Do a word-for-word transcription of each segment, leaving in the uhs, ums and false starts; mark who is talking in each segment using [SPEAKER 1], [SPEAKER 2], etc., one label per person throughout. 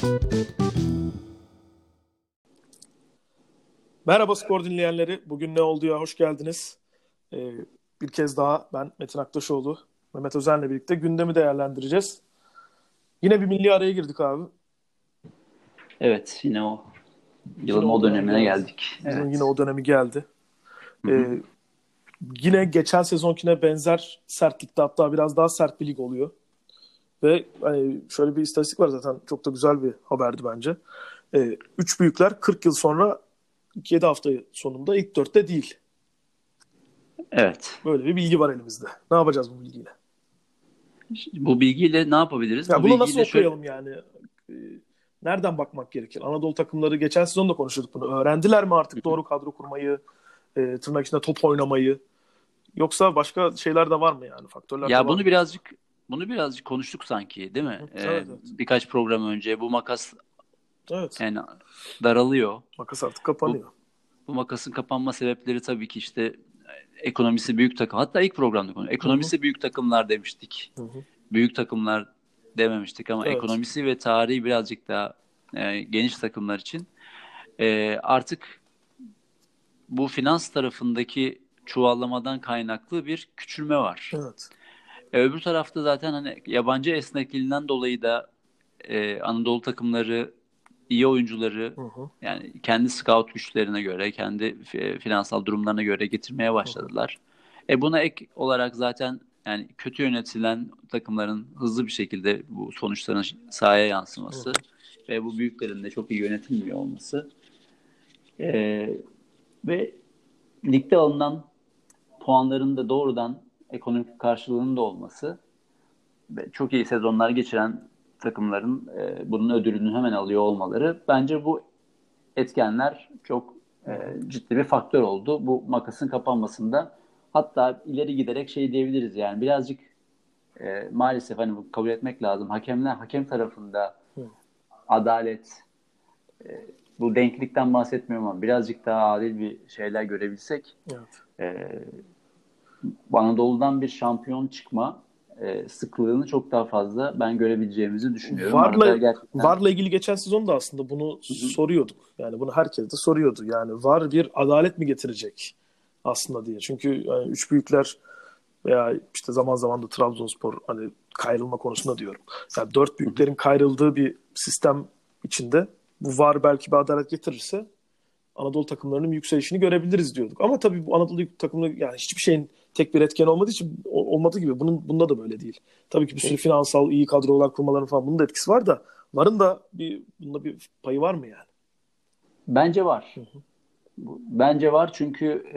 [SPEAKER 1] Merhaba spor dinleyenleri. Bugün ne olduya hoş geldiniz. Ee, bir kez daha ben Metin Aktaşoğlu, Mehmet Özen'le birlikte gündemi değerlendireceğiz. Yine bir milli araya girdik abi.
[SPEAKER 2] Evet, yine o
[SPEAKER 1] Yine
[SPEAKER 2] yılın
[SPEAKER 1] o
[SPEAKER 2] o
[SPEAKER 1] dönem
[SPEAKER 2] dönemine
[SPEAKER 1] geldi.
[SPEAKER 2] geldik.
[SPEAKER 1] Yılın
[SPEAKER 2] Evet.
[SPEAKER 1] yine o dönemi geldi.
[SPEAKER 2] Hı hı.
[SPEAKER 1] Ee, yine geçen sezonkine benzer sertlikte, hatta biraz daha sert bir lig oluyor. Ve hani şöyle bir istatistik var, zaten çok da güzel bir haberdi bence. Ee, üç büyükler kırk yıl sonra yedi hafta sonunda ilk dörtte değil.
[SPEAKER 2] Evet.
[SPEAKER 1] Böyle bir bilgi var elimizde. Ne yapacağız bu bilgiyle?
[SPEAKER 2] Şimdi bu bilgiyle ne yapabiliriz?
[SPEAKER 1] Ya
[SPEAKER 2] Bu
[SPEAKER 1] bunu nasıl
[SPEAKER 2] bilgiyle şöyle
[SPEAKER 1] okuyalım yani? Ee, Nereden bakmak gerekir? Anadolu takımları geçen sezon da konuşuyorduk bunu. Öğrendiler mi artık doğru kadro kurmayı, e, tırnak içinde top oynamayı? Yoksa başka şeyler de var mı yani? Faktörler de
[SPEAKER 2] ya
[SPEAKER 1] var
[SPEAKER 2] bunu
[SPEAKER 1] mı acaba?
[SPEAKER 2] birazcık bunu birazcık konuştuk sanki, değil mi?
[SPEAKER 1] Hı,
[SPEAKER 2] Ee,
[SPEAKER 1] evet evet.
[SPEAKER 2] birkaç program önce bu makas
[SPEAKER 1] Evet.
[SPEAKER 2] yani daralıyor.
[SPEAKER 1] Makas artık
[SPEAKER 2] Bu
[SPEAKER 1] kapanıyor.
[SPEAKER 2] bu makasın kapanma sebepleri tabii ki işte e, ekonomisi büyük takım. Hatta ilk programda konu.
[SPEAKER 1] Hı hı.
[SPEAKER 2] Ekonomisi büyük takımlar demiştik.
[SPEAKER 1] Hı hı.
[SPEAKER 2] Büyük takımlar dememiştik ama
[SPEAKER 1] Evet.
[SPEAKER 2] ekonomisi ve tarihi birazcık daha e, geniş takımlar için e, artık bu finans tarafındaki çuvallamadan kaynaklı bir küçülme var.
[SPEAKER 1] Evet.
[SPEAKER 2] E, öbür tarafta zaten hani yabancı esnekliğinden dolayı da e, Anadolu takımları iyi oyuncuları
[SPEAKER 1] Hı hı.
[SPEAKER 2] yani kendi scout güçlerine göre, kendi fi- finansal durumlarına göre getirmeye
[SPEAKER 1] Hı hı.
[SPEAKER 2] başladılar. E buna ek olarak zaten yani kötü yönetilen takımların hızlı bir şekilde bu sonuçların sahaya
[SPEAKER 1] Hı
[SPEAKER 2] yansıması
[SPEAKER 1] hı.
[SPEAKER 2] ve bu büyüklerin de çok iyi yönetilmiyor olması e, ve ligde alınan puanların da doğrudan ekonomik karşılığının da olması ve çok iyi sezonlar geçiren takımların e, bunun ödülünü hemen alıyor olmaları bence bu etkenler çok
[SPEAKER 1] Hı hı.
[SPEAKER 2] e, ciddi bir faktör oldu bu makasın kapanmasında. Hatta ileri giderek şey diyebiliriz yani birazcık e, maalesef hani bu kabul etmek lazım. Hakemler hakem tarafında
[SPEAKER 1] Hı.
[SPEAKER 2] adalet e, bu denklikten bahsetmiyorum ama birazcık daha adil bir şeyler görebilsek
[SPEAKER 1] Evet.
[SPEAKER 2] e, Anadolu'dan bir şampiyon çıkma e, sıklığını çok daha fazla ben görebileceğimizi düşünüyorum. Arada
[SPEAKER 1] VAR'la
[SPEAKER 2] gerçekten
[SPEAKER 1] VAR'la ilgili geçen sezon da aslında bunu
[SPEAKER 2] hı hı,
[SPEAKER 1] soruyorduk. Yani bunu herkes de soruyordu. Yani VAR bir adalet mi getirecek aslında diye. Çünkü yani üç büyükler veya işte zaman zaman da Trabzonspor, hani kayrılma konusunda diyorum. Yani dört
[SPEAKER 2] hı hı.
[SPEAKER 1] büyüklerin kayrıldığı bir sistem içinde bu VAR belki bir adalet getirirse Anadolu takımlarının yükselişini görebiliriz diyorduk. Ama tabii bu Anadolu takımları yani hiçbir şeyin tek bir etken olmadığı için olmadığı gibi bunun bunda da böyle değil. Tabii ki bir sürü finansal iyi kadrolar kurmaların falan bunun da etkisi var da VAR'ın da bir bunda bir payı var mı yani?
[SPEAKER 2] Bence
[SPEAKER 1] Hı
[SPEAKER 2] var.
[SPEAKER 1] hı.
[SPEAKER 2] Bu- Bence var çünkü e,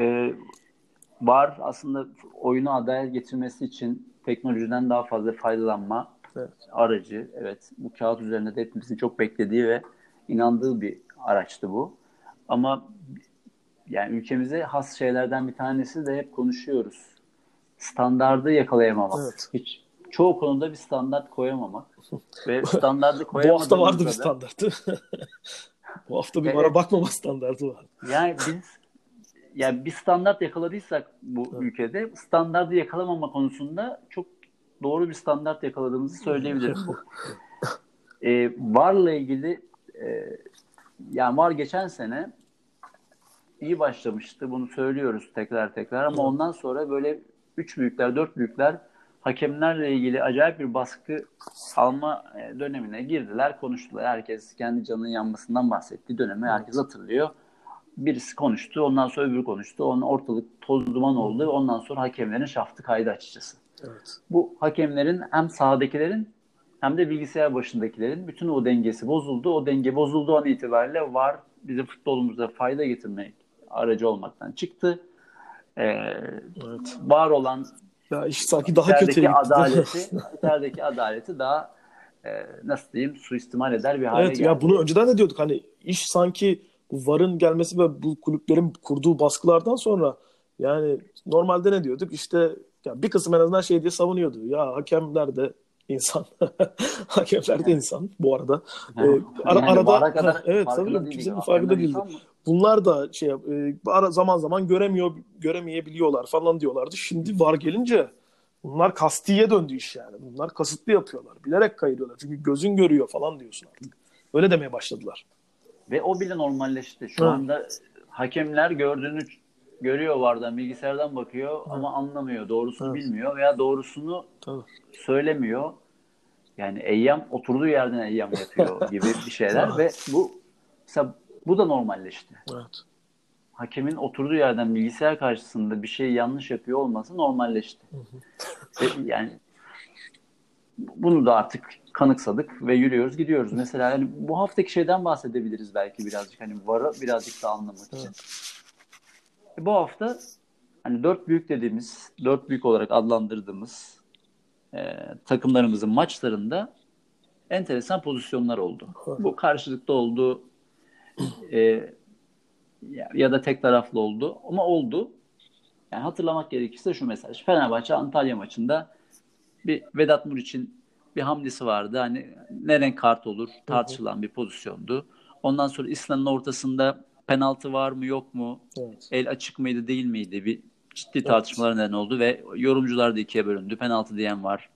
[SPEAKER 2] var aslında oyunu adaya getirmesi için teknolojiden daha fazla faydalanma
[SPEAKER 1] Evet.
[SPEAKER 2] aracı. Evet, bu kağıt üzerinde de hepimizin çok beklediği ve inandığı bir araçtı bu. Ama yani ülkemize has şeylerden bir tanesi de hep konuşuyoruz. Standardı yakalayamamak.
[SPEAKER 1] Evet.
[SPEAKER 2] Hiç çoğu konuda bir standart koyamamak ve standardı
[SPEAKER 1] Bu hafta vardı bir
[SPEAKER 2] koyamadığımızda da
[SPEAKER 1] standartı. Bu hafta bir VAR'a
[SPEAKER 2] evet
[SPEAKER 1] bakmama standartı var.
[SPEAKER 2] yani biz yani bir standart yakaladıysak bu
[SPEAKER 1] Evet.
[SPEAKER 2] ülkede standardı yakalamama konusunda çok doğru bir standart yakaladığımızı söyleyebilirim. Bu e, VAR'la ilgili e, yani VAR geçen sene iyi başlamıştı. Bunu söylüyoruz tekrar tekrar ama
[SPEAKER 1] Evet.
[SPEAKER 2] ondan sonra böyle üç büyükler, dört büyükler hakemlerle ilgili acayip bir baskı alma e, dönemine girdiler, konuştular. Herkes kendi canının yanmasından bahsettiği dönemi herkes
[SPEAKER 1] Evet.
[SPEAKER 2] hatırlıyor. Birisi konuştu, ondan sonra öbürü konuştu. Onun ortalık toz duman
[SPEAKER 1] Hı
[SPEAKER 2] oldu.
[SPEAKER 1] hı.
[SPEAKER 2] Ondan sonra hakemlerin şaftı kaydı açıkçası.
[SPEAKER 1] Evet.
[SPEAKER 2] Bu hakemlerin hem sahadakilerin hem de bilgisayar başındakilerin bütün o dengesi bozuldu. O denge bozulduğu an itibariyle VAR bizim futbolumuza fayda getirmek aracı olmaktan çıktı. Ee,
[SPEAKER 1] Evet.
[SPEAKER 2] var olan
[SPEAKER 1] Ya iş sanki daha kötüye
[SPEAKER 2] içerideki
[SPEAKER 1] gitti değil mi?
[SPEAKER 2] adaleti içerideki adaleti daha e, nasıl diyeyim suistimal eder bir hale
[SPEAKER 1] Evet ya, bunu
[SPEAKER 2] geldi.
[SPEAKER 1] önceden de diyorduk, hani iş sanki bu VAR'ın gelmesi ve bu kulüplerin kurduğu baskılardan sonra, yani normalde ne diyorduk işte, ya bir kısım en azından şey diye savunuyordu ya, hakemler de insan. Hakemler de
[SPEAKER 2] Evet.
[SPEAKER 1] insan bu arada. Ee, ara,
[SPEAKER 2] Yani
[SPEAKER 1] arada
[SPEAKER 2] vara
[SPEAKER 1] ha,
[SPEAKER 2] kadar
[SPEAKER 1] evet
[SPEAKER 2] farkında
[SPEAKER 1] tabii
[SPEAKER 2] değildik.
[SPEAKER 1] kimsenin farkında
[SPEAKER 2] Hakemler
[SPEAKER 1] değildi.
[SPEAKER 2] insan mı?
[SPEAKER 1] Bunlar da şey e, ara, zaman zaman göremiyor göremeyebiliyorlar falan diyorlardı. Şimdi VAR gelince bunlar kastiye döndü iş yani. Bunlar kasıtlı yapıyorlar. Bilerek kayırıyorlar. Çünkü gözün görüyor falan diyorsun artık. Öyle demeye başladılar.
[SPEAKER 2] Ve o bile normalleşti. Şu
[SPEAKER 1] Hı.
[SPEAKER 2] anda hakemler gördüğünü görüyor vardan, bilgisayardan bakıyor
[SPEAKER 1] Hı.
[SPEAKER 2] ama anlamıyor. Doğrusunu
[SPEAKER 1] Evet.
[SPEAKER 2] bilmiyor veya doğrusunu
[SPEAKER 1] Tabii.
[SPEAKER 2] söylemiyor. Yani eyyam oturduğu yerden eyyam yapıyor gibi bir şeyler
[SPEAKER 1] Evet.
[SPEAKER 2] ve bu mesela bu da normalleşti.
[SPEAKER 1] Evet.
[SPEAKER 2] Hakemin oturduğu yerden bilgisayar karşısında bir şey yanlış yapıyor olması normalleşti.
[SPEAKER 1] Hı hı.
[SPEAKER 2] Ve yani bunu da artık kanıksadık ve yürüyoruz gidiyoruz. Mesela yani bu haftaki şeyden bahsedebiliriz belki birazcık. Hani V A R'ı birazcık da anlamak için.
[SPEAKER 1] Evet.
[SPEAKER 2] E bu hafta hani dört büyük dediğimiz, dört büyük olarak adlandırdığımız e, takımlarımızın maçlarında enteresan pozisyonlar oldu. Bu karşılıklı oldu e, ya, ya da tek taraflı oldu ama oldu. Yani hatırlamak gerekirse şu mesaj. Fenerbahçe Antalya maçında bir Vedat Muriç'in bir hamlesi vardı. Hani ne renk kart olur
[SPEAKER 1] Hı hı.
[SPEAKER 2] tartışılan bir pozisyondu. Ondan sonra İslam'ın ortasında penaltı var mı yok mu?
[SPEAKER 1] Evet.
[SPEAKER 2] El açık mıydı değil miydi? Bir ciddi
[SPEAKER 1] Evet.
[SPEAKER 2] tartışmalara neden oldu ve yorumcular da ikiye bölündü. Penaltı diyen var.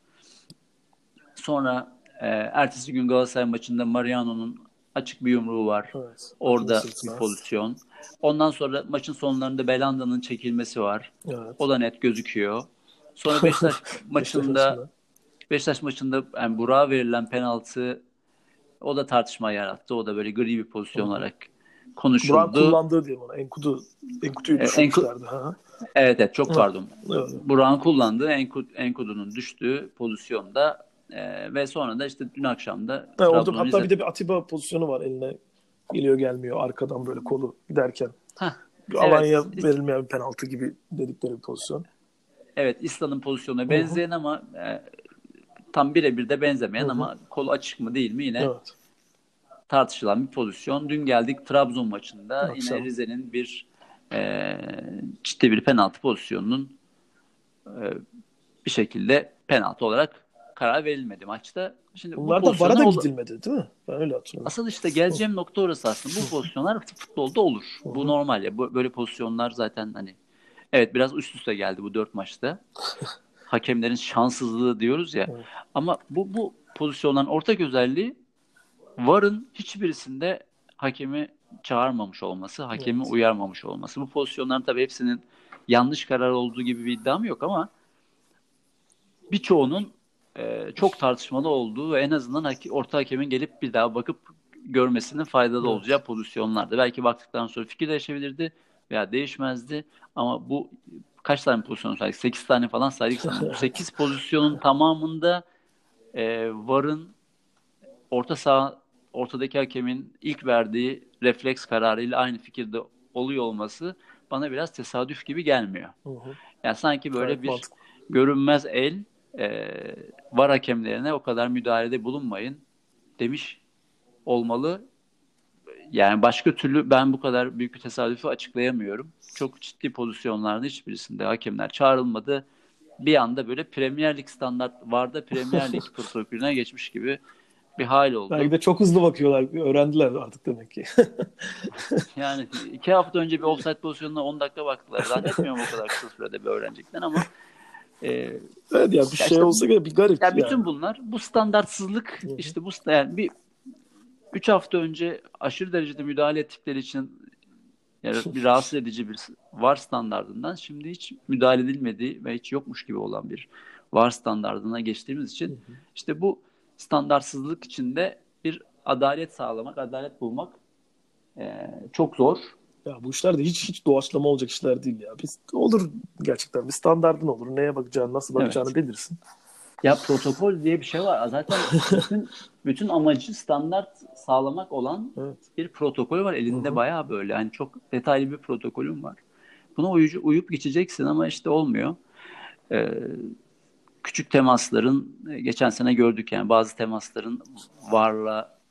[SPEAKER 2] Sonra e, ertesi gün Galatasaray maçında Mariano'nun açık bir yumruğu var.
[SPEAKER 1] Evet. Akın
[SPEAKER 2] Orada bir
[SPEAKER 1] sırtına.
[SPEAKER 2] pozisyon. Ondan sonra maçın sonlarında Belanda'nın çekilmesi var. O
[SPEAKER 1] Evet.
[SPEAKER 2] da net gözüküyor. Sonra Beşiktaş
[SPEAKER 1] Beşiktaş
[SPEAKER 2] maçında
[SPEAKER 1] maçında.
[SPEAKER 2] Beşiktaş maçında yani Burak'a verilen penaltı o da tartışma yarattı. O da böyle gri bir
[SPEAKER 1] Hı
[SPEAKER 2] pozisyon
[SPEAKER 1] hı.
[SPEAKER 2] olarak
[SPEAKER 1] Burak'ın
[SPEAKER 2] konuşuldu.
[SPEAKER 1] kullandığı diye ona. Enkudu, Enkudu'yu
[SPEAKER 2] E, Enku,
[SPEAKER 1] düşürmüşlerdi. Ha.
[SPEAKER 2] evet, evet çok
[SPEAKER 1] Ha.
[SPEAKER 2] pardon.
[SPEAKER 1] Evet.
[SPEAKER 2] Burak'ın kullandığı Enku, Enkudu'nun düştüğü pozisyonda e, ve sonra da işte dün akşam da
[SPEAKER 1] Ha, orada
[SPEAKER 2] Trabzon
[SPEAKER 1] hatta
[SPEAKER 2] Rize.
[SPEAKER 1] bir de bir Atiba pozisyonu var, eline geliyor gelmiyor arkadan böyle kolu giderken.
[SPEAKER 2] Heh,
[SPEAKER 1] Alanya
[SPEAKER 2] evet.
[SPEAKER 1] verilmeyen bir penaltı gibi dedikleri bir pozisyon.
[SPEAKER 2] Evet, İslam'ın pozisyonuna
[SPEAKER 1] Hı hı.
[SPEAKER 2] benzeyen ama e, tam birebir de
[SPEAKER 1] Hı
[SPEAKER 2] benzemeyen
[SPEAKER 1] hı.
[SPEAKER 2] ama kolu açık mı değil mi yine
[SPEAKER 1] Evet.
[SPEAKER 2] tartışılan bir pozisyon. Dün geldik Trabzon maçında yine
[SPEAKER 1] Akşam.
[SPEAKER 2] Rize'nin bir e, ciddi bir penaltı pozisyonunun e, bir şekilde penaltı olarak karar verilmedi maçta. Şimdi bu
[SPEAKER 1] Bunlarda V A R'a
[SPEAKER 2] pozisyonlar
[SPEAKER 1] da
[SPEAKER 2] ol-
[SPEAKER 1] gidilmedi değil mi? Ben öyle hatırlıyorum.
[SPEAKER 2] asıl işte geleceğim nokta orası aslında. Bu pozisyonlar futbolda olur.
[SPEAKER 1] Hı
[SPEAKER 2] Bu
[SPEAKER 1] hı.
[SPEAKER 2] normal ya. Bu, böyle pozisyonlar zaten hani evet biraz üst üste geldi bu dört maçta. Hakemlerin şanssızlığı diyoruz ya.
[SPEAKER 1] Evet.
[SPEAKER 2] Ama bu bu pozisyonların ortak özelliği V A R'ın hiçbirisinde hakemi çağırmamış olması, hakemi
[SPEAKER 1] Evet.
[SPEAKER 2] uyarmamış olması. Bu pozisyonların tabii hepsinin yanlış karar olduğu gibi bir iddiam yok ama birçoğunun e, çok tartışmalı olduğu ve en azından haki, orta hakemin gelip bir daha bakıp görmesinin faydalı
[SPEAKER 1] Evet.
[SPEAKER 2] olacağı pozisyonlarda. Belki baktıktan sonra fikir değişebilir veya değişmezdi ama bu kaç tane pozisyon saydık? sekiz tane falan saydık sanırım. Bu
[SPEAKER 1] Evet.
[SPEAKER 2] sekiz pozisyonun tamamında e, V A R'ın orta saha ortadaki hakemin ilk verdiği refleks kararıyla aynı fikirde oluyor olması bana biraz tesadüf gibi gelmiyor.
[SPEAKER 1] Hı hı.
[SPEAKER 2] Yani sanki böyle
[SPEAKER 1] Gayet
[SPEAKER 2] bir
[SPEAKER 1] mantıklı.
[SPEAKER 2] görünmez el e, V A R hakemlerine o kadar müdahalede bulunmayın demiş olmalı. Yani başka türlü ben bu kadar büyük bir tesadüfü açıklayamıyorum. Çok ciddi pozisyonlarda hiçbirisinde hakemler çağrılmadı. Bir anda böyle Premier Lig standart VAR'da Premier Lig protokolüne geçmiş gibi bir hal
[SPEAKER 1] Belki
[SPEAKER 2] oldu.
[SPEAKER 1] de çok hızlı bakıyorlar. Öğrendiler artık demek ki.
[SPEAKER 2] Yani iki hafta önce bir offside pozisyonuna on dakika baktılar. Zannetmiyorum o kadar kısa sürede bir öğrenecekler ama e,
[SPEAKER 1] Evet ya, bir
[SPEAKER 2] ya
[SPEAKER 1] şey
[SPEAKER 2] işte
[SPEAKER 1] olsa bile bir garip
[SPEAKER 2] ya
[SPEAKER 1] yani.
[SPEAKER 2] bütün bunlar bu standartsızlık
[SPEAKER 1] Hı hı.
[SPEAKER 2] işte bu yani bir üç hafta önce aşırı derecede müdahale ettikleri için yani bir rahatsız edici bir V A R standardından şimdi hiç müdahale edilmediği ve hiç yokmuş gibi olan bir V A R standardına geçtiğimiz
[SPEAKER 1] Hı
[SPEAKER 2] için
[SPEAKER 1] hı.
[SPEAKER 2] işte bu standartsızlık içinde bir adalet sağlamak, adalet bulmak e, çok zor.
[SPEAKER 1] Ya bu işler de hiç hiç doğaçlama olacak işler değil ya. Biz olur, gerçekten bir standardın olur. Neye bakacağını, nasıl bakacağını
[SPEAKER 2] Evet.
[SPEAKER 1] bilirsin.
[SPEAKER 2] Ya protokol diye bir şey var. Zaten bütün bütün amacı standart sağlamak olan
[SPEAKER 1] Evet.
[SPEAKER 2] bir protokol var.
[SPEAKER 1] Hı
[SPEAKER 2] Elinde
[SPEAKER 1] hı.
[SPEAKER 2] bayağı böyle yani çok detaylı bir protokolüm var. Buna uyucu, uyup geçeceksin ama işte olmuyor. Ee, küçük temasların e, geçen sene gördük yani bazı temasların V A R'la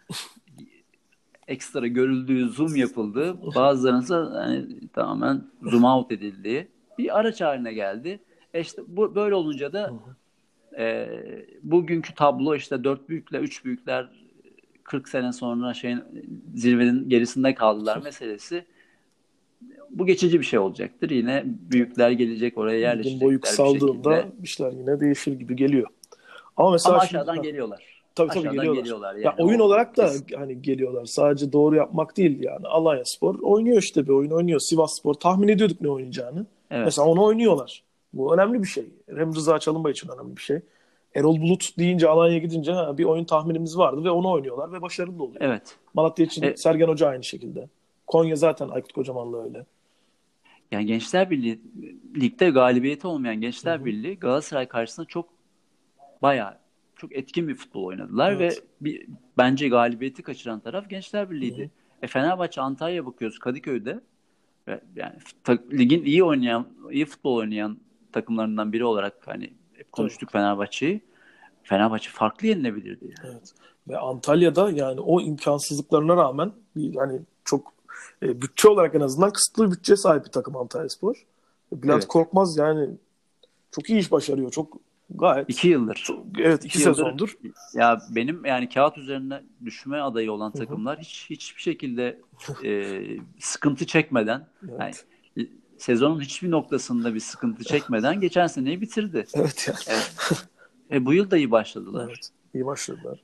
[SPEAKER 2] ekstra görüldüğü, zoom yapıldığı, bazılarının ise hani tamamen zoom out edildiği bir araç haline geldi. E işte bu böyle olunca
[SPEAKER 1] Hı
[SPEAKER 2] da
[SPEAKER 1] hı.
[SPEAKER 2] e, bugünkü tablo işte dört büyükler, üç büyükler kırk sene sonra şeyin zirvenin gerisinde kaldılar meselesi bu geçici bir şey olacaktır. Yine
[SPEAKER 1] Evet.
[SPEAKER 2] büyükler gelecek oraya
[SPEAKER 1] Ligin boyu
[SPEAKER 2] yerleşecekler bir
[SPEAKER 1] kısaldığında
[SPEAKER 2] şekilde.
[SPEAKER 1] işler yine değişir gibi geliyor. Ama mesela
[SPEAKER 2] Ama
[SPEAKER 1] şimdi
[SPEAKER 2] aşağıdan
[SPEAKER 1] heh,
[SPEAKER 2] geliyorlar.
[SPEAKER 1] tabii tabii
[SPEAKER 2] aşağıdan
[SPEAKER 1] geliyorlar.
[SPEAKER 2] geliyorlar.
[SPEAKER 1] Ya
[SPEAKER 2] Yani
[SPEAKER 1] oyun
[SPEAKER 2] o
[SPEAKER 1] olarak da
[SPEAKER 2] kesin.
[SPEAKER 1] hani geliyorlar. Sadece doğru yapmak değil yani. Alanyaspor oynuyor işte bir oyun oynuyor. Sivasspor tahmin ediyorduk ne oynayacağını. Mesela
[SPEAKER 2] Evet.
[SPEAKER 1] onu oynuyorlar. Bu önemli bir şey. Hem Rıza Çalınbay için önemli bir şey. Erol Bulut deyince Alanya gidince ha, bir oyun tahminimiz vardı ve onu oynuyorlar ve başarılı oluyor.
[SPEAKER 2] Evet.
[SPEAKER 1] Malatya için
[SPEAKER 2] E,
[SPEAKER 1] Sergen Hoca aynı şekilde. Konya zaten Aykut Kocaman'la öyle.
[SPEAKER 2] Yani Gençler Birliği ligde galibiyeti olmayan
[SPEAKER 1] Hı
[SPEAKER 2] Gençler
[SPEAKER 1] hı.
[SPEAKER 2] Birliği Galatasaray karşısında çok bayağı çok etkin bir futbol oynadılar
[SPEAKER 1] Evet.
[SPEAKER 2] ve bir, bence galibiyeti kaçıran taraf Gençler
[SPEAKER 1] Hı hı.
[SPEAKER 2] Birliği'ydi. E Fenerbahçe Antalya'ya bakıyoruz Kadıköy'de ve yani ta- ligin iyi oynayan, iyi futbol oynayan takımlarından biri olarak hani hep
[SPEAKER 1] Tabii.
[SPEAKER 2] konuştuk Fenerbahçe'yi. Fenerbahçe farklı yenilebilirdi yani.
[SPEAKER 1] Evet. Ve Antalya'da yani o imkansızlıklarına rağmen bir hani çok e, bütçe olarak en azından kısıtlı bir bütçeye sahip bir takım Antalyaspor. Bülent
[SPEAKER 2] Evet.
[SPEAKER 1] Korkmaz yani çok iyi iş başarıyor. Çok gayet
[SPEAKER 2] İki yıldır.
[SPEAKER 1] çok, evet iki
[SPEAKER 2] İki yıldır
[SPEAKER 1] sezondur.
[SPEAKER 2] ya benim yani kağıt üzerine düşme adayı olan
[SPEAKER 1] Hı hı.
[SPEAKER 2] takımlar hiç hiçbir şekilde e, sıkıntı çekmeden yani
[SPEAKER 1] Evet.
[SPEAKER 2] sezonun hiçbir noktasında bir sıkıntı çekmeden geçen seneyi bitirdi.
[SPEAKER 1] Evet yani.
[SPEAKER 2] E, e, bu yıl da iyi başladılar.
[SPEAKER 1] Evet. İyi başladılar.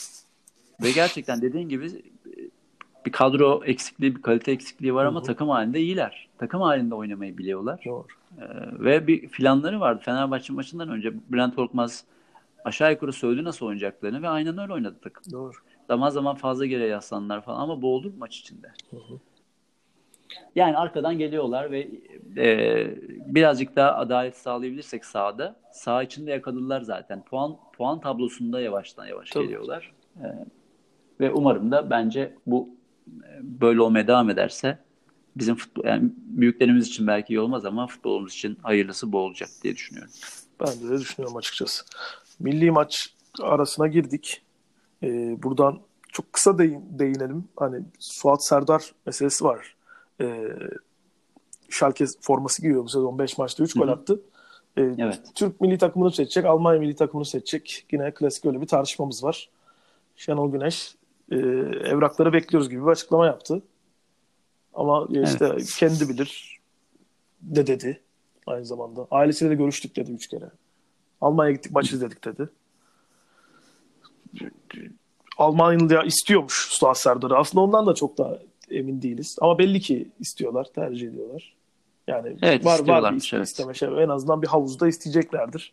[SPEAKER 2] Ve gerçekten dediğin gibi bir kadro eksikliği, bir kalite eksikliği var
[SPEAKER 1] Hı
[SPEAKER 2] ama
[SPEAKER 1] hı.
[SPEAKER 2] takım halinde iyiler. Takım halinde oynamayı biliyorlar.
[SPEAKER 1] Doğru.
[SPEAKER 2] E, ve bir planları vardı. Fenerbahçe maçından önce Bülent Korkmaz aşağı yukarı söyledi nasıl oynayacaklarını ve aynen öyle oynadı takım.
[SPEAKER 1] Doğru.
[SPEAKER 2] Zaman zaman fazla geriye yaslandılar falan ama bu olur mu maç içinde?
[SPEAKER 1] Hı hı.
[SPEAKER 2] Yani arkadan geliyorlar ve e, birazcık daha adalet sağlayabilirsek sahada, saha içinde yakaladılar zaten. Puan puan tablosunda yavaştan yavaş
[SPEAKER 1] Tabii.
[SPEAKER 2] geliyorlar. E, ve umarım da bence bu e, böyle olmaya devam ederse bizim futbol yani büyüklerimiz için belki iyi olmaz ama futbolumuz için hayırlısı bu olacak diye düşünüyorum.
[SPEAKER 1] Ben de öyle düşünüyorum açıkçası. Milli maç arasına girdik. Ee, buradan çok kısa değin, değinelim. Hani Suat Serdar meselesi var. Ee, Schalke forması giyiyor bu sezon. beş maçta üç
[SPEAKER 2] Hı
[SPEAKER 1] gol
[SPEAKER 2] hı.
[SPEAKER 1] attı. Ee,
[SPEAKER 2] Evet.
[SPEAKER 1] Türk milli takımını seçecek, Almanya milli takımını seçecek. Yine klasik öyle bir tartışmamız var. Şenol Güneş e, evrakları bekliyoruz gibi bir açıklama yaptı. Ama
[SPEAKER 2] Evet.
[SPEAKER 1] işte kendi bilir de dedi aynı zamanda. Ailesiyle de görüştük dedi üç kere. Almanya'ya gittik maç izledik dedi. Almanya istiyormuş Suat Serdar'ı. Aslında ondan da çok da emin değiliz. Ama belli ki istiyorlar, tercih ediyorlar. Yani
[SPEAKER 2] Evet
[SPEAKER 1] var var bir
[SPEAKER 2] istiyorlarmış
[SPEAKER 1] iste,
[SPEAKER 2] evet.
[SPEAKER 1] isteme şey. En azından bir havuzda isteyeceklerdir.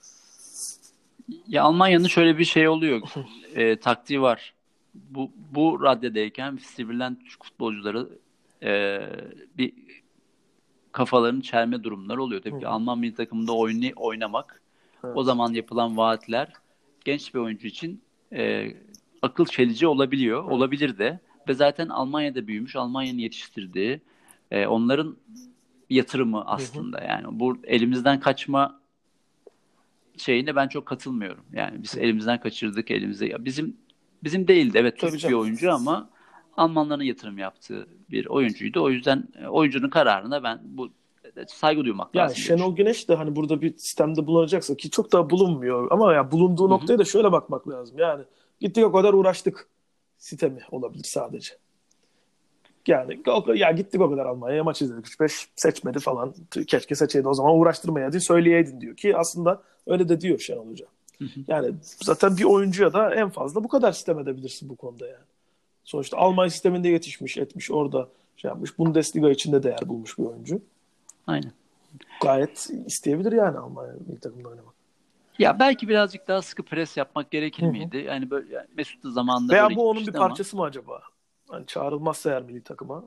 [SPEAKER 2] Ya Almanya'nın şöyle bir şey oluyor. E, taktiği var. Bu bu raddedeyken sivrilen Türk futbolcuları e, bir kafalarını çelme durumları oluyor.
[SPEAKER 1] Hı
[SPEAKER 2] Tabii ki
[SPEAKER 1] hı.
[SPEAKER 2] Alman milli takımında oyunu oynamak o
[SPEAKER 1] Evet.
[SPEAKER 2] zaman yapılan vaatler genç bir oyuncu için e, akıl çelici olabiliyor.
[SPEAKER 1] Evet.
[SPEAKER 2] Olabilir de. Ve zaten Almanya'da büyümüş, Almanya'nın yetiştirdiği e, onların yatırımı
[SPEAKER 1] Hı hı.
[SPEAKER 2] aslında. Yani bu elimizden kaçma şeyine ben çok katılmıyorum. Yani biz
[SPEAKER 1] Hı.
[SPEAKER 2] elimizden kaçırdık elimize. Ya bizim bizim değildi evet
[SPEAKER 1] Tabii
[SPEAKER 2] Türk bir
[SPEAKER 1] canım.
[SPEAKER 2] oyuncu ama Almanların yatırım yaptığı bir oyuncuydu. O yüzden e, oyuncunun kararına ben bu e, saygı duymak
[SPEAKER 1] Yani
[SPEAKER 2] lazım diye
[SPEAKER 1] Şenol
[SPEAKER 2] düşünüyorum.
[SPEAKER 1] Güneş de hani burada bir sistemde bulunacaksa ki çok da bulunmuyor. Ama ya bulunduğu
[SPEAKER 2] Hı hı.
[SPEAKER 1] noktaya da şöyle bakmak lazım. Yani gittik o kadar uğraştık. Sistemi olabilir sadece. Yani o- ya gittik o kadar Almanya'ya maç izledik. üç beş seçmedi falan. Keşke seçeydi o zaman uğraştırmayaydın söyleyeydin diyor ki aslında öyle de diyor Şenol Hoca.
[SPEAKER 2] Hı hı.
[SPEAKER 1] Yani zaten bir oyuncuya da en fazla bu kadar sistem edebilirsin bu konuda yani. Sonuçta Alman sisteminde yetişmiş etmiş orada şey yapmış. Bundesliga içinde değer bulmuş bir oyuncu.
[SPEAKER 2] Aynen.
[SPEAKER 1] Gayet isteyebilir yani Almanya milli takımda oynamak.
[SPEAKER 2] Ya belki birazcık daha sıkı pres yapmak
[SPEAKER 1] Hı
[SPEAKER 2] gerekir
[SPEAKER 1] hı.
[SPEAKER 2] miydi? Yani böyle yani Mesut da zamanında böyle
[SPEAKER 1] Veya bu onun bir
[SPEAKER 2] gitmişti ama
[SPEAKER 1] parçası mı acaba? Hani çağrılmazsa eğer milli takıma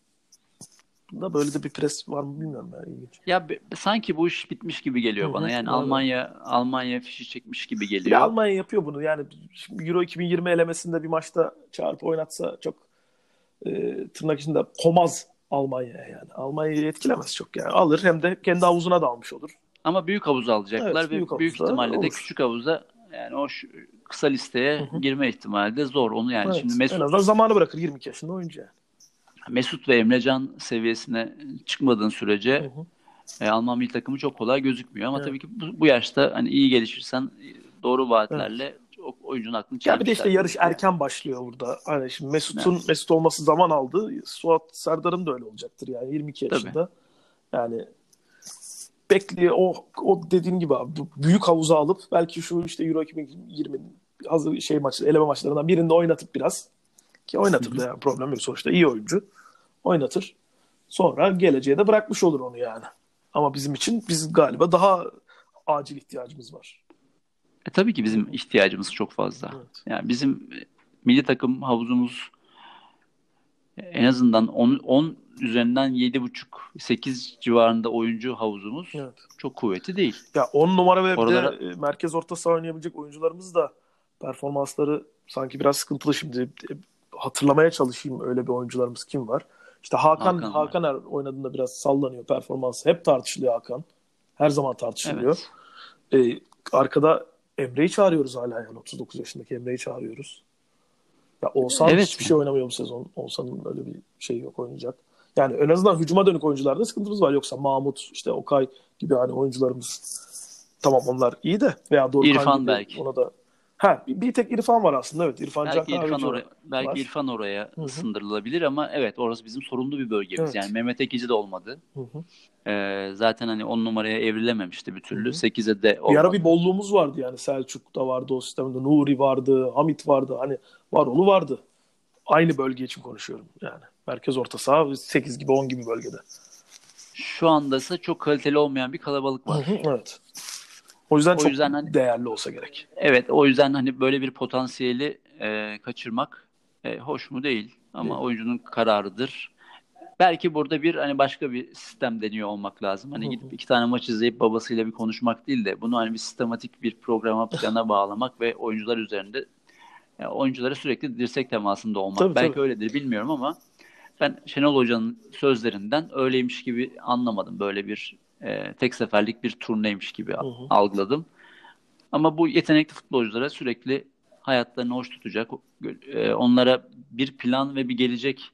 [SPEAKER 1] da böyle de bir pres var mı bilmiyorum yani ilginç.
[SPEAKER 2] ya be- sanki bu iş bitmiş gibi
[SPEAKER 1] Hı
[SPEAKER 2] geliyor bana.
[SPEAKER 1] hı,
[SPEAKER 2] Yani
[SPEAKER 1] bana da.
[SPEAKER 2] Almanya Almanya fişi çekmiş gibi
[SPEAKER 1] Bir de
[SPEAKER 2] geliyor.
[SPEAKER 1] Almanya yapıyor bunu. Yani şimdi Euro iki bin yirmi elemesinde bir maçta çağırıp oynatsa çok e, tırnak içinde komaz Almanya'ya yani. Almanya'yı etkilemez çok yani. Alır hem de kendi havuzuna da almış olur.
[SPEAKER 2] Ama büyük havuza
[SPEAKER 1] Evet
[SPEAKER 2] alacaklar
[SPEAKER 1] büyük
[SPEAKER 2] ve büyük
[SPEAKER 1] havuzda
[SPEAKER 2] ihtimalle de
[SPEAKER 1] olur.
[SPEAKER 2] küçük havuza yani o şu- kısa
[SPEAKER 1] Hı
[SPEAKER 2] listeye
[SPEAKER 1] hı.
[SPEAKER 2] girme ihtimali de zor. Onu yani şimdi
[SPEAKER 1] Evet. En azından
[SPEAKER 2] Mesut
[SPEAKER 1] zamanı bırakır yirmi iki yaşında oyuncu yani.
[SPEAKER 2] Mesut ve Emrecan seviyesine çıkmadığın
[SPEAKER 1] Hı
[SPEAKER 2] sürece
[SPEAKER 1] hı.
[SPEAKER 2] e, Alman milli takımı çok kolay gözükmüyor. Ama
[SPEAKER 1] Evet.
[SPEAKER 2] tabii ki bu, bu yaşta hani iyi gelişirsen e, doğru
[SPEAKER 1] Evet.
[SPEAKER 2] vaatlerle o oyuncunun aklını
[SPEAKER 1] Ya bir de işte
[SPEAKER 2] çelmişler
[SPEAKER 1] yarış
[SPEAKER 2] tabii ki.
[SPEAKER 1] erken başlıyor burada. Hani şimdi Mesut'un
[SPEAKER 2] Evet.
[SPEAKER 1] Mesut olması zaman aldı. Suat Serdar'ın da öyle olacaktır yani yirmi iki
[SPEAKER 2] Tabii.
[SPEAKER 1] yaşında. Yani bekliyor o o dediğin gibi abi bu büyük havuza alıp belki şu işte Euro iki bin yirminin hazır şey maçı, eleme maçlarından birinde oynatıp biraz ki oynatır da yani problem yok sonuçta iyi oyuncu. Oynatır. Sonra geleceğe de bırakmış olur onu yani. Ama bizim için biz galiba daha acil ihtiyacımız var.
[SPEAKER 2] E, tabii ki bizim ihtiyacımız çok fazla.
[SPEAKER 1] Evet.
[SPEAKER 2] Yani bizim milli takım havuzumuz en azından on, on üzerinden yedi buçuk sekiz civarında oyuncu havuzumuz
[SPEAKER 1] Evet.
[SPEAKER 2] çok kuvvetli değil.
[SPEAKER 1] Ya on numara ve bir de
[SPEAKER 2] Oralara
[SPEAKER 1] e, merkez orta saha oynayabilecek oyuncularımız da performansları sanki biraz sıkıntılı şimdi. E, Hatırlamaya çalışayım öyle bir oyuncularımız kim var? İşte Hakan
[SPEAKER 2] Hakan var.
[SPEAKER 1] Hakan er oynadığında biraz sallanıyor performansı. Hep tartışılıyor Hakan. Her zaman tartışılıyor.
[SPEAKER 2] Evet.
[SPEAKER 1] E, Arkada Emre'yi çağırıyoruz hala yani otuz dokuz yaşındaki Emre'yi çağırıyoruz. Ya Oğuzhan
[SPEAKER 2] Evet.
[SPEAKER 1] hiçbir şey oynamıyor bu sezon. Oğuzhan'ın öyle bir şey yok oynayacak. Yani en azından hücuma dönük oyuncularda sıkıntımız var. Yoksa Mahmut, işte Okay gibi hani oyuncularımız tamam onlar iyi de veya Dorukhan
[SPEAKER 2] İrfan
[SPEAKER 1] gibi
[SPEAKER 2] belki.
[SPEAKER 1] ona da ha bir, bir tek İrfan var aslında evet. İrfan Can
[SPEAKER 2] Belki İrfan
[SPEAKER 1] Kahveci
[SPEAKER 2] oraya belki
[SPEAKER 1] var.
[SPEAKER 2] İrfan oraya
[SPEAKER 1] Hı hı.
[SPEAKER 2] ısındırılabilir ama evet orası bizim sorunlu bir bölgemiz. Yani
[SPEAKER 1] Evet.
[SPEAKER 2] Mehmet Ekici de olmadı.
[SPEAKER 1] Hı hı.
[SPEAKER 2] Ee, zaten hani on numaraya evrilememişti bir
[SPEAKER 1] Hı
[SPEAKER 2] türlü.
[SPEAKER 1] hı.
[SPEAKER 2] sekize de
[SPEAKER 1] Bir ara bir
[SPEAKER 2] olmadı.
[SPEAKER 1] bolluğumuz vardı yani. Selçuk da vardı o sistemde. Nuri vardı. Hamit vardı. Hani Varolu vardı. Aynı bölge için konuşuyorum yani. Merkez orta saha sekiz gibi on gibi bölgede.
[SPEAKER 2] Şu anda ise çok kaliteli olmayan bir kalabalık
[SPEAKER 1] Hı hı,
[SPEAKER 2] var.
[SPEAKER 1] evet. O yüzden
[SPEAKER 2] O
[SPEAKER 1] çok
[SPEAKER 2] yüzden hani
[SPEAKER 1] değerli olsa gerek.
[SPEAKER 2] evet o yüzden hani böyle bir potansiyeli e, kaçırmak e, hoş mu değil ama
[SPEAKER 1] Değil.
[SPEAKER 2] oyuncunun kararıdır. Belki burada bir hani başka bir sistem deniyor olmak lazım.
[SPEAKER 1] Hı
[SPEAKER 2] Hani gidip
[SPEAKER 1] hı.
[SPEAKER 2] iki tane maç izleyip babasıyla bir konuşmak değil de bunu hani bir sistematik bir programa, plana bağlamak ve oyuncular üzerinde yani oyunculara sürekli dirsek temasında olmak.
[SPEAKER 1] Tabii tabii.
[SPEAKER 2] Belki öyledir bilmiyorum ama ben Şenol Hoca'nın sözlerinden öyleymiş gibi anlamadım. Böyle bir e, tek seferlik bir turneymiş gibi
[SPEAKER 1] Hı hı.
[SPEAKER 2] algıladım. Ama bu yetenekli futbolculara sürekli hayatlarını hoş tutacak, e, onlara bir plan ve bir gelecek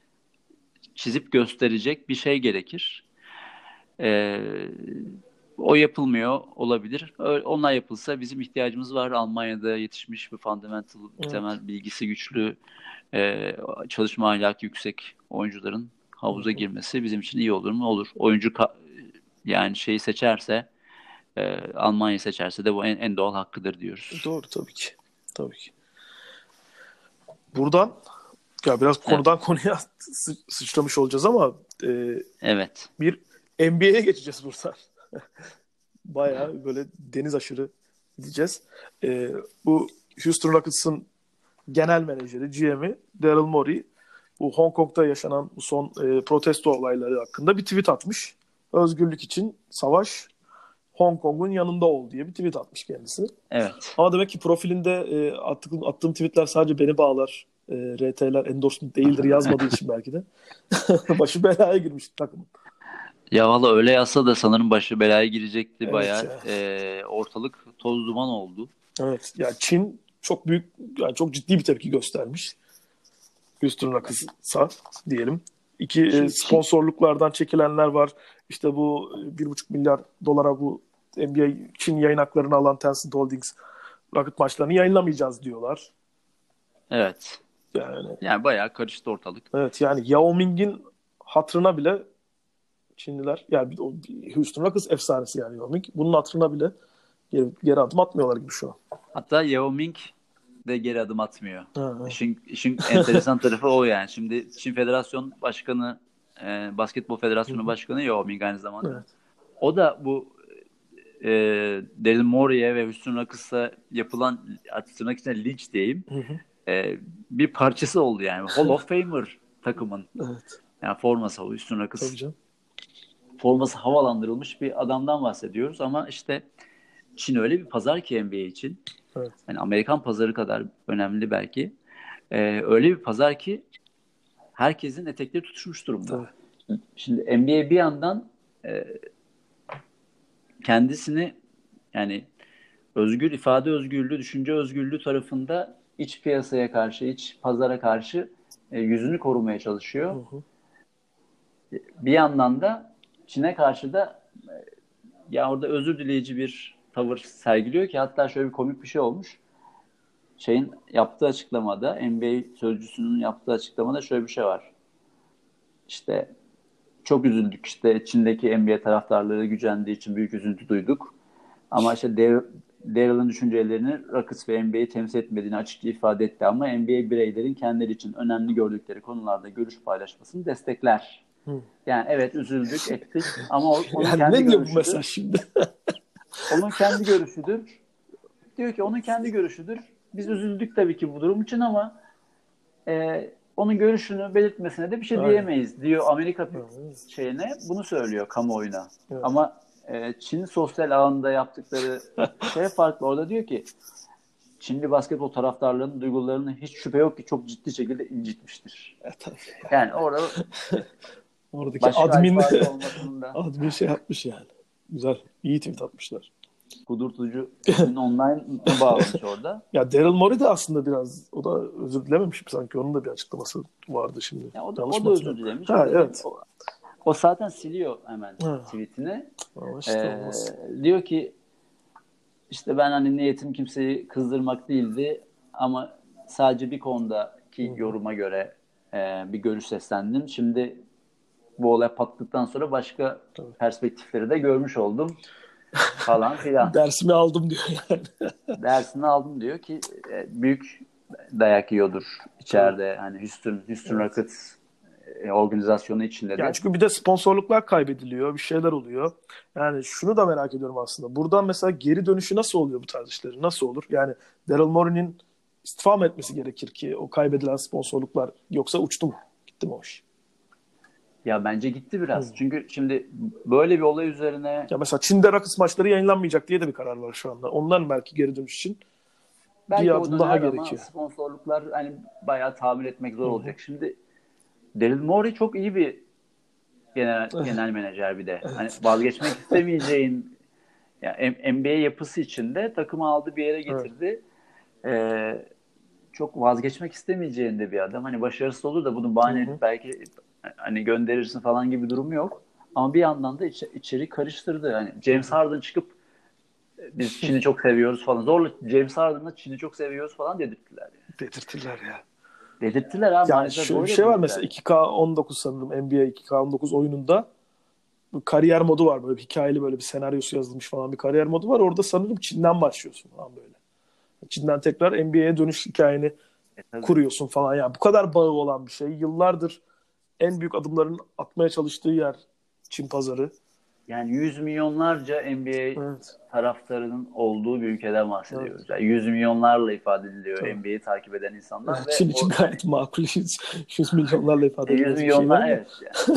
[SPEAKER 2] çizip gösterecek bir şey gerekir. E, O yapılmıyor olabilir. Ö- Onlar yapılsa bizim ihtiyacımız var. Almanya'da yetişmiş bir fundamental,
[SPEAKER 1] Evet.
[SPEAKER 2] temel bilgisi güçlü, e, çalışma ahlakı yüksek oyuncuların
[SPEAKER 1] Hı
[SPEAKER 2] havuza
[SPEAKER 1] hı.
[SPEAKER 2] girmesi bizim için iyi olur mu? Olur. Oyuncu ka- yani şeyi seçerse, e, Almanya seçerse de bu en, en doğal hakkıdır diyoruz.
[SPEAKER 1] Doğru tabii ki. Tabii ki. Buradan ya biraz
[SPEAKER 2] Evet.
[SPEAKER 1] konudan konuya sı- sıçramış olacağız ama e,
[SPEAKER 2] Evet.
[SPEAKER 1] bir N B A'ye geçeceğiz buradan. Bayağı böyle deniz aşırı gideceğiz. E, bu Houston Rockets'ın genel menajeri, G M'i Daryl Morey bu Hong Kong'da yaşanan bu son e, protesto olayları hakkında bir tweet atmış. Özgürlük için savaş Hong Kong'un yanında ol diye bir tweet atmış kendisi.
[SPEAKER 2] Evet.
[SPEAKER 1] Ama demek ki profilinde e, attığım, attığım tweetler sadece beni bağlar. E, R T'ler endorsement değildir yazmadığı için belki de. Başı belaya girmiş takımın.
[SPEAKER 2] Ya valla öyle yazsa da sanırım başı belaya girecekti.
[SPEAKER 1] Evet
[SPEAKER 2] Bayağı
[SPEAKER 1] ya.
[SPEAKER 2] e, ortalık toz duman oldu.
[SPEAKER 1] Evet. Ya Çin çok büyük, yani çok ciddi bir tepki göstermiş. Houston Rockets'a diyelim. İki e,
[SPEAKER 2] Çin, Çin,
[SPEAKER 1] sponsorluklardan çekilenler var. İşte bu e, bir buçuk milyar dolara bu N B A Çin yayın haklarını alan Tencent Holdings Rocket maçlarını yayınlamayacağız diyorlar.
[SPEAKER 2] evet.
[SPEAKER 1] Yani
[SPEAKER 2] Yani bayağı karıştı ortalık.
[SPEAKER 1] evet yani Yao Ming'in hatırına bile Çinliler yani bir- o Houston Rockets efsanesi yani Yao Ming. Bunun hatırına bile geri, geri adım atmıyorlar gibi şu an.
[SPEAKER 2] Hatta Yao Ming de geri adım atmıyor.
[SPEAKER 1] Ha,
[SPEAKER 2] İşin, işin enteresan tarafı o yani. Şimdi Çin Federasyon Başkanı, e, Basketbol
[SPEAKER 1] hı
[SPEAKER 2] Federasyonu
[SPEAKER 1] hı.
[SPEAKER 2] Başkanı Yao Ming aynı zamanda.
[SPEAKER 1] Evet.
[SPEAKER 2] O da bu e, Daryl Morey'e ve Houston Rockets'a yapılan artık tırnak içinde linç diyeyim.
[SPEAKER 1] Hı hı.
[SPEAKER 2] E, bir parçası oldu yani. Hall of Famer takımın.
[SPEAKER 1] Evet.
[SPEAKER 2] Yani forması o Houston
[SPEAKER 1] Tabii
[SPEAKER 2] Rockets.
[SPEAKER 1] canım.
[SPEAKER 2] Forması havalandırılmış bir adamdan bahsediyoruz ama işte Çin öyle bir pazar ki N B A için.
[SPEAKER 1] Evet.
[SPEAKER 2] Yani Amerikan pazarı kadar önemli belki. Ee, öyle bir pazar ki herkesin etekleri tutuşmuş durumda.
[SPEAKER 1] Tabii.
[SPEAKER 2] Şimdi N B A bir yandan e, kendisini yani özgür ifade özgürlüğü, düşünce özgürlüğü tarafında iç piyasaya karşı, iç pazara karşı e, yüzünü korumaya
[SPEAKER 1] Hı
[SPEAKER 2] çalışıyor.
[SPEAKER 1] hı.
[SPEAKER 2] Bir yandan da Çin'e karşı da ya orada özür dileyici bir tavır sergiliyor ki hatta şöyle bir komik bir şey olmuş. Şeyin yaptığı açıklamada N B A sözcüsünün yaptığı açıklamada şöyle bir şey var. İşte çok üzüldük işte Çin'deki N B A taraftarları gücendiği için büyük üzüntü duyduk. Ama işte Daryl, Daryl'ın düşüncelerini Rockets ve N B A'yi temsil etmediğini açıkça ifade etti ama N B A bireylerin kendileri için önemli gördükleri konularda görüş paylaşmasını destekler.
[SPEAKER 1] Hı.
[SPEAKER 2] Yani evet üzüldük, ettik ama o, onun
[SPEAKER 1] Yani
[SPEAKER 2] kendi
[SPEAKER 1] ne diyor bu
[SPEAKER 2] görüşüdür.
[SPEAKER 1] mesaj şimdi?
[SPEAKER 2] Onun kendi görüşüdür. Diyor ki onun kendi görüşüdür. Biz üzüldük tabii ki bu durum için ama e, onun görüşünü belirtmesine de bir şey
[SPEAKER 1] Aynen.
[SPEAKER 2] diyemeyiz diyor Amerika
[SPEAKER 1] Aynen.
[SPEAKER 2] şeyine. Bunu söylüyor kamuoyuna.
[SPEAKER 1] Evet.
[SPEAKER 2] Ama e, Çin sosyal ağında yaptıkları şey farklı. Orada diyor ki Çinli basketbol taraftarlarının duygularını hiç şüphe yok ki çok ciddi şekilde incitmiştir.
[SPEAKER 1] E, tabii.
[SPEAKER 2] Yani orada
[SPEAKER 1] Oradaki
[SPEAKER 2] başka
[SPEAKER 1] admin
[SPEAKER 2] ifade olmasının da
[SPEAKER 1] admin şey yapmış yani. Güzel. İyi tweet atmışlar.
[SPEAKER 2] kudurtucu online'a bağlamış orada.
[SPEAKER 1] Ya Daryl Morey de aslında biraz o da özür dilememiş mi sanki? Onun da bir açıklaması vardı şimdi.
[SPEAKER 2] Ya o da,
[SPEAKER 1] Yanlış
[SPEAKER 2] o
[SPEAKER 1] mı
[SPEAKER 2] da özür
[SPEAKER 1] hatırlıyorum?
[SPEAKER 2] dilemiş.
[SPEAKER 1] Ha,
[SPEAKER 2] O,
[SPEAKER 1] evet.
[SPEAKER 2] o, o zaten siliyor hemen
[SPEAKER 1] Ha.
[SPEAKER 2] tweetini.
[SPEAKER 1] Ama işte
[SPEAKER 2] Ee,
[SPEAKER 1] olmaz.
[SPEAKER 2] diyor ki işte ben hani niyetim kimseyi kızdırmak değildi ama sadece bir konudaki
[SPEAKER 1] Hı-hı.
[SPEAKER 2] yoruma göre e, bir görüş seslendim. Şimdi bu olay patladıktan sonra başka
[SPEAKER 1] Tabii.
[SPEAKER 2] perspektifleri de görmüş oldum falan filan.
[SPEAKER 1] Dersimi aldım diyor yani.
[SPEAKER 2] Dersini aldım diyor ki e, büyük dayak yiyordur içeride. Tabii. Hani Houston, Houston evet. Rockets e, organizasyonu içinde de.
[SPEAKER 1] Yani çünkü bir de sponsorluklar kaybediliyor, bir şeyler oluyor. Yani şunu da merak ediyorum aslında. Buradan mesela geri dönüşü nasıl oluyor bu tarz işlerin? Nasıl olur? Yani Daryl Morey'nin istifa mı etmesi gerekir ki o kaybedilen sponsorluklar, yoksa uçtu mu? Gitti mi o iş?
[SPEAKER 2] Ya bence gitti biraz.
[SPEAKER 1] Hmm.
[SPEAKER 2] Çünkü şimdi böyle bir olay üzerine...
[SPEAKER 1] Ya mesela Çin'de Rockets maçları yayınlanmayacak diye de bir karar var şu anda. Onların belki geri dönüş için
[SPEAKER 2] belki
[SPEAKER 1] bir adım daha gerekiyor.
[SPEAKER 2] Ama sponsorluklar hani bayağı tahammül etmek zor Hı-hı. olacak. Şimdi Daryl Morey çok iyi bir genel genel menajer bir de.
[SPEAKER 1] Evet.
[SPEAKER 2] Hani vazgeçmek istemeyeceğin yani N B A yapısı içinde takımı aldı bir yere getirdi. Evet. Ee, çok vazgeçmek istemeyeceğin de bir adam. Hani başarısız olur da bunu bahane edip belki hani gönderirsin falan gibi bir durum yok. Ama bir yandan da iç, içeri karıştırdı. Hani James Harden çıkıp biz Çin'i çok seviyoruz falan. Zorla James Harden'la Çin'i çok seviyoruz falan dedirttiler. Yani.
[SPEAKER 1] Dedirttiler ya.
[SPEAKER 2] Dedirttiler abi.
[SPEAKER 1] Yani şöyle bir şey var mesela iki K on dokuz sanırım N B A iki K on dokuz oyununda kariyer modu var, böyle bir hikayeli, böyle bir senaryosu yazılmış falan bir kariyer modu var. Orada sanırım Çin'den başlıyorsun falan böyle. Çin'den tekrar N B A'ye dönüş hikayeni e, kuruyorsun falan. Yani bu kadar bağı olan bir şey. Yıllardır en büyük adımların atmaya çalıştığı yer Çin pazarı.
[SPEAKER 2] Yani yüz milyonlarca N B A evet. taraftarının olduğu bir ülkeden bahsediyoruz. Evet. Yani yüz milyonlarla ifade ediliyor Tabii. N B A'yi takip eden insanlar.
[SPEAKER 1] Evet,
[SPEAKER 2] ve
[SPEAKER 1] Çin için
[SPEAKER 2] o,
[SPEAKER 1] gayet makul. yüz milyonlarla ifade edilen
[SPEAKER 2] yüz milyonlar evet. Yani.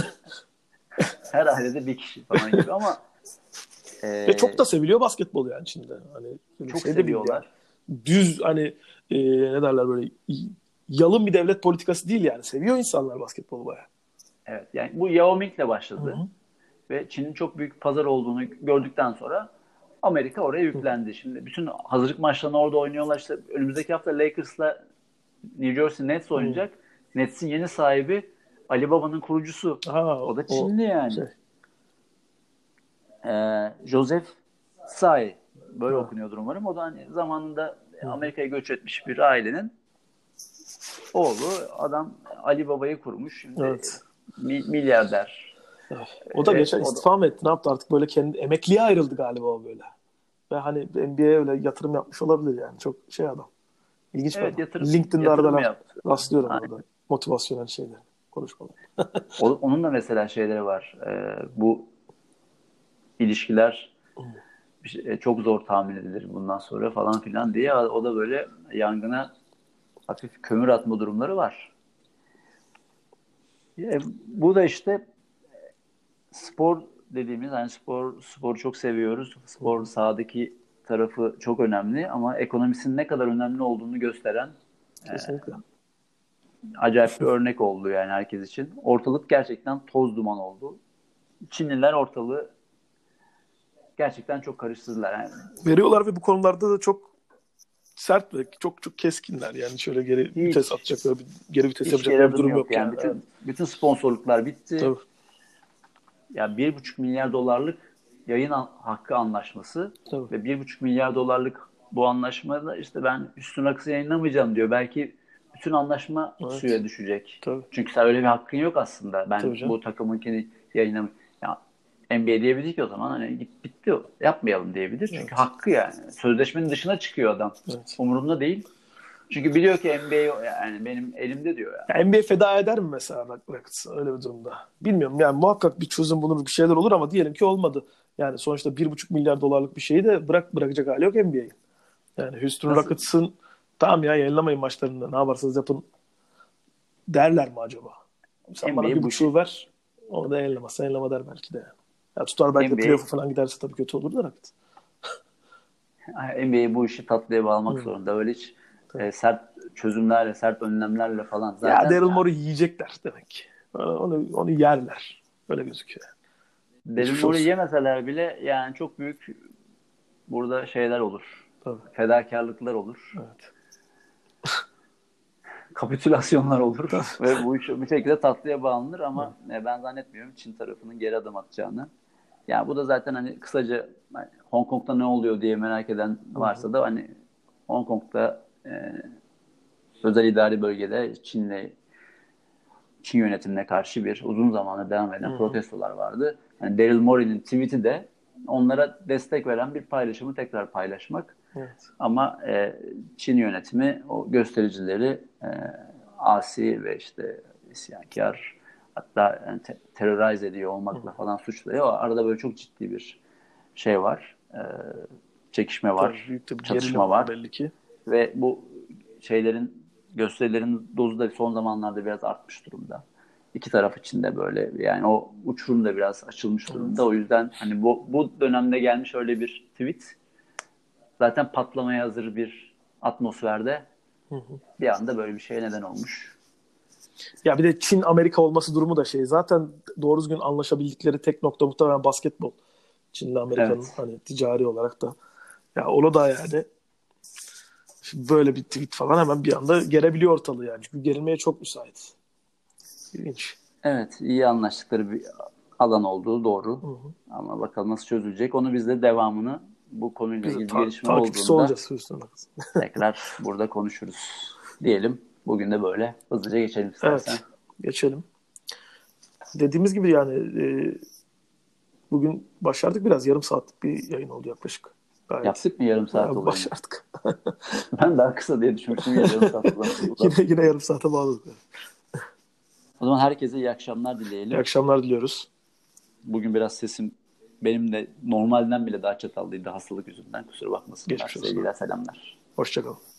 [SPEAKER 2] Her ailede bir kişi falan gibi ama
[SPEAKER 1] e, ve çok da seviliyor basketbol yani Çin'de. Hani
[SPEAKER 2] çok
[SPEAKER 1] şey
[SPEAKER 2] seviyorlar.
[SPEAKER 1] Yani. Düz hani e, ne derler böyle yalın bir devlet politikası değil yani. Seviyor insanlar basketbolu bayağı.
[SPEAKER 2] Evet yani bu Yao Ming'le başladı.
[SPEAKER 1] Hı-hı.
[SPEAKER 2] Ve Çin'in çok büyük pazar olduğunu gördükten sonra Amerika oraya yüklendi. Hı. Şimdi bütün hazırlık maçlarını orada oynuyorlar. İşte önümüzdeki hafta Lakers'la New Jersey Nets oynayacak. Hı. Nets'in yeni sahibi Ali Baba'nın kurucusu. Aha, o da Çinli o, yani. Şey. Ee, Joseph Tsai. Böyle Hı. okunuyordur umarım. O da hani zamanında Hı. Amerika'ya göç etmiş bir ailenin oğlu. Adam Ali Baba'yı kurmuş. Şimdi evet. milyarder.
[SPEAKER 1] O da evet, geçen o istifa da... mı etti? Ne yaptı artık, böyle kendi emekliye ayrıldı galiba o böyle. Ve hani N B A'ye öyle yatırım yapmış olabilir yani. Çok şey adam. İlginç evet, bir adam. Yatırım, LinkedIn'de arada rastlıyorum Aynen. orada. Motivasyonel şeyler, konuşmalar.
[SPEAKER 2] Onun da mesela şeyleri var. Ee, bu ilişkiler şey, çok zor tahmin edilir bundan sonra falan filan diye. O da böyle yangına hafif kömür atma durumları var. E, bu da işte spor dediğimiz, yani spor sporu çok seviyoruz. Spor sahadaki tarafı çok önemli ama ekonomisinin ne kadar önemli olduğunu gösteren
[SPEAKER 1] Kesinlikle.
[SPEAKER 2] E, acayip bir örnek oldu yani herkes için. Ortalık gerçekten toz duman oldu. Çinliler ortalığı gerçekten çok karıştırdılar. Yani.
[SPEAKER 1] Veriyorlar ve bu konularda da çok sert ve çok çok keskinler. Yani şöyle geri hiç, vites atacakları, geri vites yapacakları bir durum yok. yok yani.
[SPEAKER 2] yani. Bütün, bütün sponsorluklar bitti.
[SPEAKER 1] Tabii.
[SPEAKER 2] Ya bir buçuk milyar dolarlık yayın hakkı anlaşması Tabii. ve bir buçuk milyar dolarlık bu anlaşmada işte ben Houston Rockets'ı yayınlamayacağım diyor. Belki bütün anlaşma evet. suya düşecek. Tabii. Çünkü sen öyle bir hakkın yok aslında. Ben bu takımınkini yayınlamayacağım. Ya N B A diyebilir ki o zaman hani git bitti o. Yapmayalım diyebilir. Çünkü
[SPEAKER 1] Evet.
[SPEAKER 2] hakkı yani. Sözleşmenin dışına çıkıyor adam.
[SPEAKER 1] Evet.
[SPEAKER 2] Umurumda değil. Çünkü biliyor ki N B A yani benim elimde diyor yani.
[SPEAKER 1] Ya N B A feda eder mi mesela Rockets öyle bir durumda? Bilmiyorum yani muhakkak bir çözüm bulunur bir şeyler olur ama diyelim ki olmadı. Yani sonuçta bir buçuk milyar dolarlık bir şeyi de bırak bırakacak hali yok N B A'in. Yani Houston
[SPEAKER 2] Nasıl?
[SPEAKER 1] Rockets'ın tamam ya yayınlamayın maçlarında ne yaparsanız yapın derler mi acaba? Sen bana bir
[SPEAKER 2] N B A bu işi
[SPEAKER 1] buçuğu ver onu da yayınlamazsan yayınlama der belki de. Ya tutar belki de
[SPEAKER 2] N B A
[SPEAKER 1] playoff'a falan giderse tabii kötü olur da Rockets.
[SPEAKER 2] N B A bu işi tatlıya bağlamak
[SPEAKER 1] Hı,
[SPEAKER 2] zorunda. Öyle hiç
[SPEAKER 1] tabii.
[SPEAKER 2] e, sert çözümlerle, sert önlemlerle falan
[SPEAKER 1] Ya
[SPEAKER 2] zaten
[SPEAKER 1] Daryl Morey'i yiyecekler demek. Onu, onu yerler. Öyle gözüküyor.
[SPEAKER 2] Daryl
[SPEAKER 1] Geçmiş
[SPEAKER 2] Morey
[SPEAKER 1] olsun.
[SPEAKER 2] yemeseler bile yani çok büyük burada şeyler olur.
[SPEAKER 1] Tabii.
[SPEAKER 2] Fedakarlıklar olur.
[SPEAKER 1] Evet.
[SPEAKER 2] Kapitülasyonlar olur
[SPEAKER 1] Tabii.
[SPEAKER 2] ve bu iş bir şekilde tatlıya bağlanır ama e, ben zannetmiyorum Çin tarafının geri adım atacağını. Yani bu da zaten hani kısaca hani Hong Kong'da ne oluyor diye merak eden
[SPEAKER 1] Hı hı.
[SPEAKER 2] varsa da hani Hong Kong'da e, özel idari bölgede Çin'le Çin yönetimine karşı bir uzun zamandır devam
[SPEAKER 1] Hı
[SPEAKER 2] eden
[SPEAKER 1] hı.
[SPEAKER 2] protestolar vardı. Yani Daryl Morey'nin tweet'i de onlara destek veren bir paylaşımı tekrar paylaşmak.
[SPEAKER 1] Evet.
[SPEAKER 2] Ama e, Çin yönetimi o göstericileri e, asi ve işte isyankar hatta yani te- terörize ediyor
[SPEAKER 1] Hı hı.
[SPEAKER 2] olmakla falan suçluyor. Arada böyle çok ciddi bir şey var. E, çekişme
[SPEAKER 1] Tabii
[SPEAKER 2] var.
[SPEAKER 1] büyük de bir gerilim
[SPEAKER 2] Çatışma
[SPEAKER 1] var
[SPEAKER 2] var.
[SPEAKER 1] belli ki.
[SPEAKER 2] Ve bu şeylerin gösterilerin dozu da son zamanlarda biraz artmış durumda. İki taraf için de böyle yani o uçurum da biraz açılmış durumda.
[SPEAKER 1] Evet.
[SPEAKER 2] O yüzden hani bu bu dönemde gelmiş öyle bir tweet zaten patlamaya hazır bir atmosferde
[SPEAKER 1] Hı hı.
[SPEAKER 2] bir anda böyle bir şeye neden olmuş.
[SPEAKER 1] Ya bir de Çin Amerika olması durumu da şey. Zaten doğru düzgün anlaşabildikleri tek nokta muhtemelen basketbol. Çin'le Amerika'nın
[SPEAKER 2] Evet.
[SPEAKER 1] hani ticari olarak da. Ya onu da yani şimdi böyle bir tweet falan hemen bir anda gerebiliyor ortalığı yani. Çünkü gerilmeye çok müsait. İlginç.
[SPEAKER 2] Evet, iyi anlaştıkları bir alan olduğu doğru.
[SPEAKER 1] Hı hı.
[SPEAKER 2] Ama bakalım nasıl çözülecek. Onu biz de devamını bu konuyla
[SPEAKER 1] Biz de
[SPEAKER 2] ilgili bir
[SPEAKER 1] ta-
[SPEAKER 2] gelişme
[SPEAKER 1] takipçisi
[SPEAKER 2] olduğunda
[SPEAKER 1] olacağız Houston Rockets.
[SPEAKER 2] tekrar burada konuşuruz diyelim. Bugün de böyle hızlıca geçelim istersen.
[SPEAKER 1] Evet. Geçelim. Dediğimiz gibi yani e, bugün başardık biraz. Yarım saatlik bir yayın oldu yaklaşık. Gayet.
[SPEAKER 2] Yaptık mı yarım saat
[SPEAKER 1] Bayağı bir
[SPEAKER 2] olayını?
[SPEAKER 1] başardık.
[SPEAKER 2] Ben daha kısa diye düşünmüştüm ya yarım saat
[SPEAKER 1] Yine
[SPEAKER 2] uzattık.
[SPEAKER 1] yine yarım saate bağladık.
[SPEAKER 2] O zaman herkese iyi akşamlar
[SPEAKER 1] İyi
[SPEAKER 2] dileyelim.
[SPEAKER 1] akşamlar diliyoruz.
[SPEAKER 2] Bugün biraz sesim benim de normalden bile daha çatallıydı hastalık yüzünden. Kusura bakmasınlar.
[SPEAKER 1] Geçmiş olsun.
[SPEAKER 2] Sevgiler, selamlar.
[SPEAKER 1] Hoşçakalın.